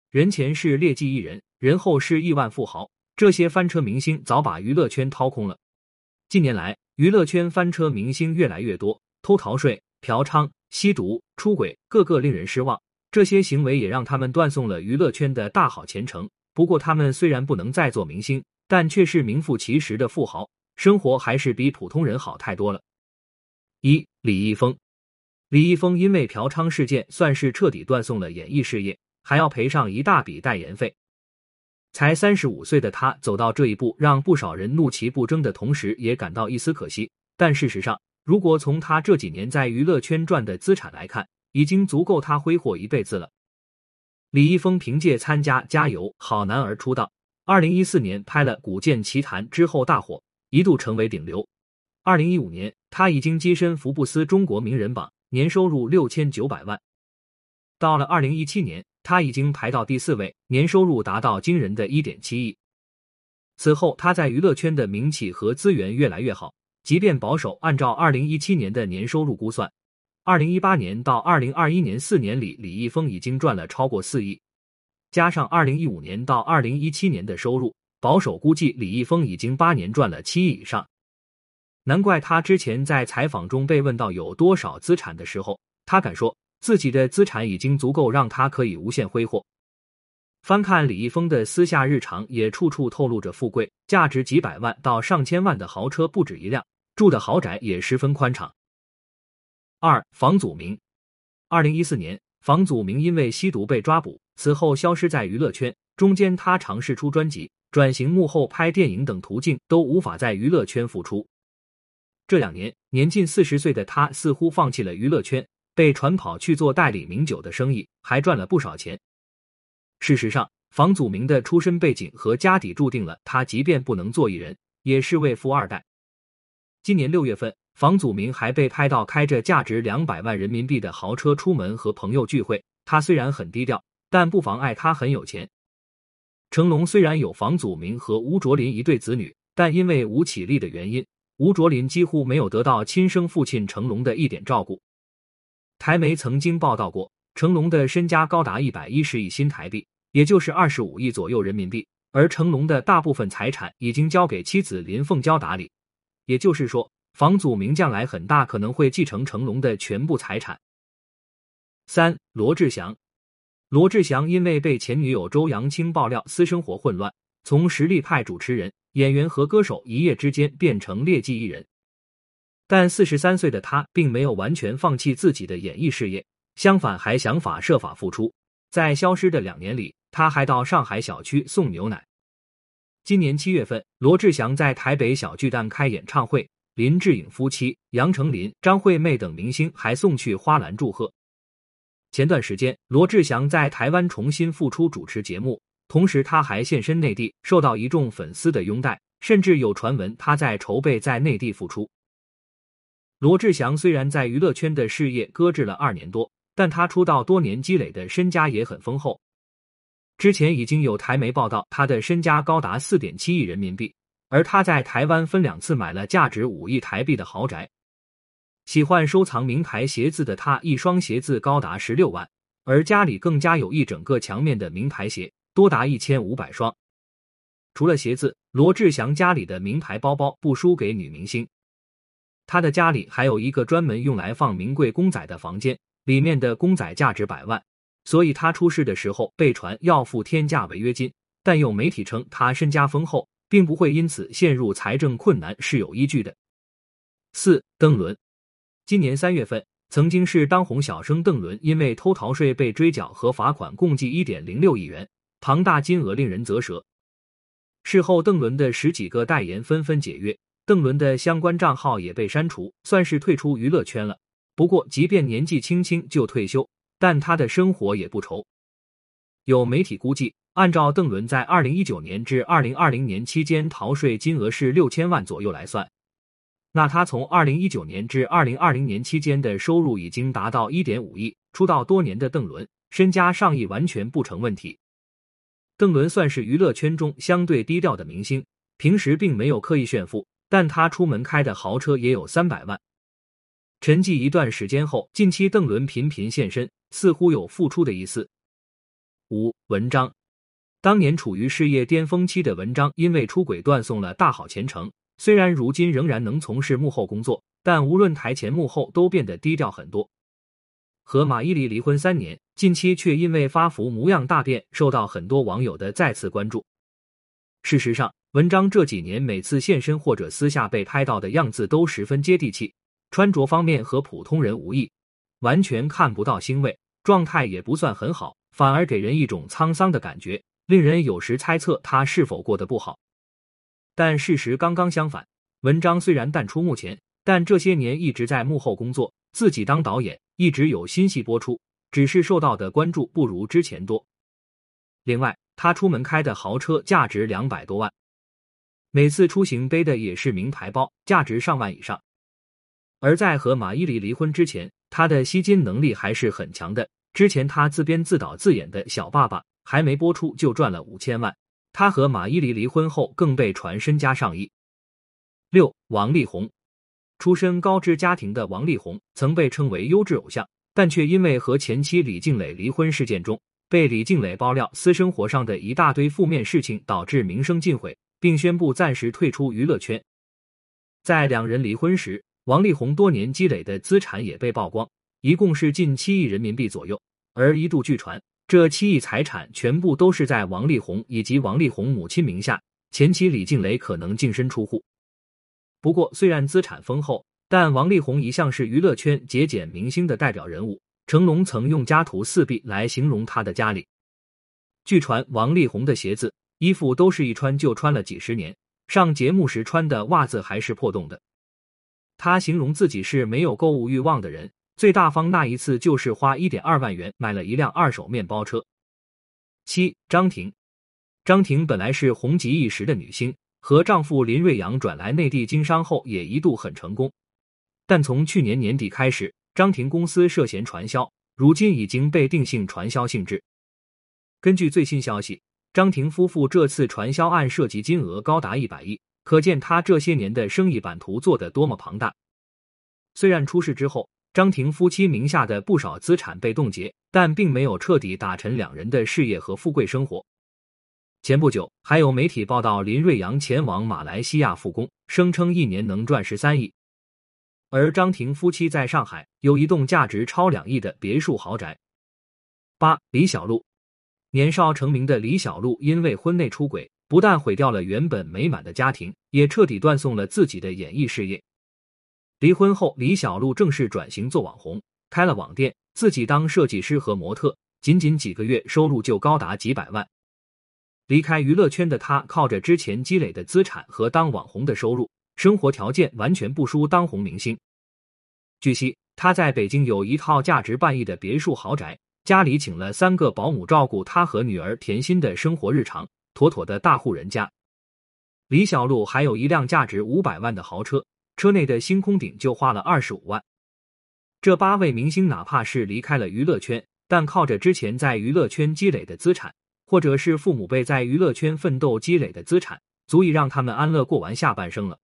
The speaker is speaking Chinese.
人前是劣迹艺人，人后是亿万富豪，这些翻车明星早把娱乐圈掏空了。近年来，娱乐圈翻车明星越来越多，偷逃税、嫖娼、吸毒、出轨，个个令人失望。这些行为也让他们断送了娱乐圈的大好前程。不过他们虽然不能再做明星，但却是名副其实的富豪，生活还是比普通人好太多了。1. 李易峰。李易峰因为嫖娼事件算是彻底断送了演艺事业，还要赔上一大笔代言费。才35岁的他走到这一步，让不少人怒其不争的同时也感到一丝可惜。但事实上，如果从他这几年在娱乐圈赚的资产来看，已经足够他挥霍一辈子了。李易峰凭借参加《加油好男儿》出道，2014年拍了《古剑奇谭》之后大火，一度成为顶流。2015年，他已经跻身福布斯中国名人榜，年收入6900万。到了2017年，他已经排到第4位，年收入达到惊人的 1.7 亿。此后他在娱乐圈的名气和资源越来越好，即便保守按照2017年的年收入估算，2018年到2021年4年里，李易峰已经赚了超过4亿，加上2015年到2017年的收入，保守估计李易峰已经8年赚了7亿以上。难怪他之前在采访中被问到有多少资产的时候，他敢说自己的资产已经足够让他可以无限挥霍。翻看李易峰的私下日常，也处处透露着富贵，价值几百万到上千万的豪车不止一辆，住的豪宅也十分宽敞。2. 房祖名。2014年，房祖名因为吸毒被抓捕，此后消失在娱乐圈，中间他尝试出专辑、转型幕后拍电影等途径都无法在娱乐圈复出。这2年，年近40岁的他似乎放弃了娱乐圈，被传跑去做代理名酒的生意，还赚了不少钱。事实上，房祖名的出身背景和家底注定了他即便不能做艺人，也是位富二代。今年6月份，房祖名还被拍到开着价值200万人民币的豪车出门和朋友聚会。他虽然很低调，但不妨碍他很有钱。成龙虽然有房祖名和吴卓林一对子女，但因为吴绮莉的原因，吴卓林几乎没有得到亲生父亲成龙的一点照顾。台媒曾经报道过，成龙的身家高达110亿新台币，也就是25亿左右人民币，而成龙的大部分财产已经交给妻子林凤娇打理。也就是说，房祖名将来很大可能会继承成龙的全部财产。3. 罗志祥。罗志祥因为被前女友周扬青爆料私生活混乱，从实力派主持人、演员和歌手一夜之间变成劣迹艺人。但43岁的他并没有完全放弃自己的演艺事业，相反还想法设法复出。在消失的2年里，他还到上海小区送牛奶。今年7月份，罗志祥在台北小巨蛋开演唱会，林志颖夫妻、杨丞琳、张惠妹等明星还送去花篮祝贺。前段时间，罗志祥在台湾重新复出主持节目，同时他还现身内地，受到一众粉丝的拥戴，甚至有传闻他在筹备在内地复出。罗志祥虽然在娱乐圈的事业搁置了2年多，但他出道多年积累的身家也很丰厚。之前已经有台媒报道他的身家高达 4.7 亿人民币，而他在台湾分2次买了价值5亿台币的豪宅。喜欢收藏名牌鞋子的他，一双鞋子高达16万，而家里更加有一整个墙面的名牌鞋，多达1500双。除了鞋子，罗志祥家里的名牌包包不输给女明星。他的家里还有一个专门用来放名贵公仔的房间，里面的公仔价值100万，所以他出事的时候被传要付天价违约金，但有媒体称他身家丰厚，并不会因此陷入财政困难，是有依据的。4. 邓伦。今年3月份，曾经是当红小生邓伦因为偷逃税被追缴和罚款共计 1.06 亿元，庞大金额令人啧舌。事后邓伦的10几个代言纷纷解约，邓伦的相关账号也被删除，算是退出娱乐圈了。不过即便年纪轻轻就退休，但他的生活也不愁。有媒体估计，按照邓伦在2019年至2020年期间逃税金额是6000万左右来算，那他从2019年至2020年期间的收入已经达到 1.5 亿，出道多年的邓伦身家上亿完全不成问题。邓伦算是娱乐圈中相对低调的明星，平时并没有刻意炫富，但他出门开的豪车也有300万。沉寂一段时间后，近期邓伦频频现身，似乎有复出的意思。 5. 文章。当年处于事业巅峰期的文章，因为出轨断送了大好前程。虽然如今仍然能从事幕后工作，但无论台前幕后都变得低调很多。和马伊琍离婚3年，近期却因为发福模样大变，受到很多网友的再次关注。事实上，文章这几年每次现身或者私下被拍到的样子都十分接地气，穿着方面和普通人无异，完全看不到欣慰，状态也不算很好，反而给人一种沧桑的感觉，令人有时猜测他是否过得不好。但事实刚刚相反，文章虽然淡出幕前，但这些年一直在幕后工作，自己当导演，一直有新戏播出，只是受到的关注不如之前多。另外，他出门开的豪车价值200多万，每次出行背的也是名牌包，价值上万以上。而在和马伊琍离婚之前，他的吸金能力还是很强的。之前他自编自导自演的小爸爸还没播出就赚了5000万，他和马伊琍离婚后更被传身家上亿。6. 王力宏。出身高知家庭的王力宏曾被称为优质偶像，但却因为和前妻李静蕾离婚事件中，被李静蕾爆料私生活上的一大堆负面事情，导致名声尽毁，并宣布暂时退出娱乐圈。在两人离婚时，王力宏多年积累的资产也被曝光，一共是近7亿人民币左右，而一度据传这7亿财产全部都是在王力宏以及王力宏母亲名下，前妻李静蕾可能净身出户。不过虽然资产丰厚，但王力宏一向是娱乐圈节俭明星的代表人物，成龙曾用家徒四壁来形容他的家里。据传王力宏的鞋子、衣服都是一穿就穿了几十年，上节目时穿的袜子还是破洞的。他形容自己是没有购物欲望的人，最大方那一次就是花 1.2 万元买了一辆二手面包车。7. 张庭。张庭本来是红极一时的女星，和丈夫林瑞阳转来内地经商后也一度很成功，但从去年年底开始，张庭公司涉嫌传销，如今已经被定性传销性质。根据最新消息，张庭夫妇这次传销案涉及金额高达100亿，可见他这些年的生意版图做得多么庞大。虽然出事之后，张庭夫妻名下的不少资产被冻结，但并没有彻底打沉两人的事业和富贵生活。前不久，还有媒体报道林瑞阳前往马来西亚复工，声称1年能赚13亿。而张庭夫妻在上海有一栋价值超2亿的别墅豪宅。8. 李小璐。年少成名的李小璐因为婚内出轨，不但毁掉了原本美满的家庭，也彻底断送了自己的演艺事业。离婚后，李小璐正式转型做网红，开了网店，自己当设计师和模特，仅仅几个月收入就高达几百万。离开娱乐圈的他，靠着之前积累的资产和当网红的收入，生活条件完全不输当红明星。据悉，他在北京有一套价值半亿的别墅豪宅，家里请了3个保姆照顾他和女儿甜心的生活日常，妥妥的大户人家。李小璐还有一辆价值500万的豪车，车内的星空顶就花了25万。这8位明星哪怕是离开了娱乐圈，但靠着之前在娱乐圈积累的资产，或者是父母辈在娱乐圈奋斗积累的资产，足以让他们安乐过完下半生了。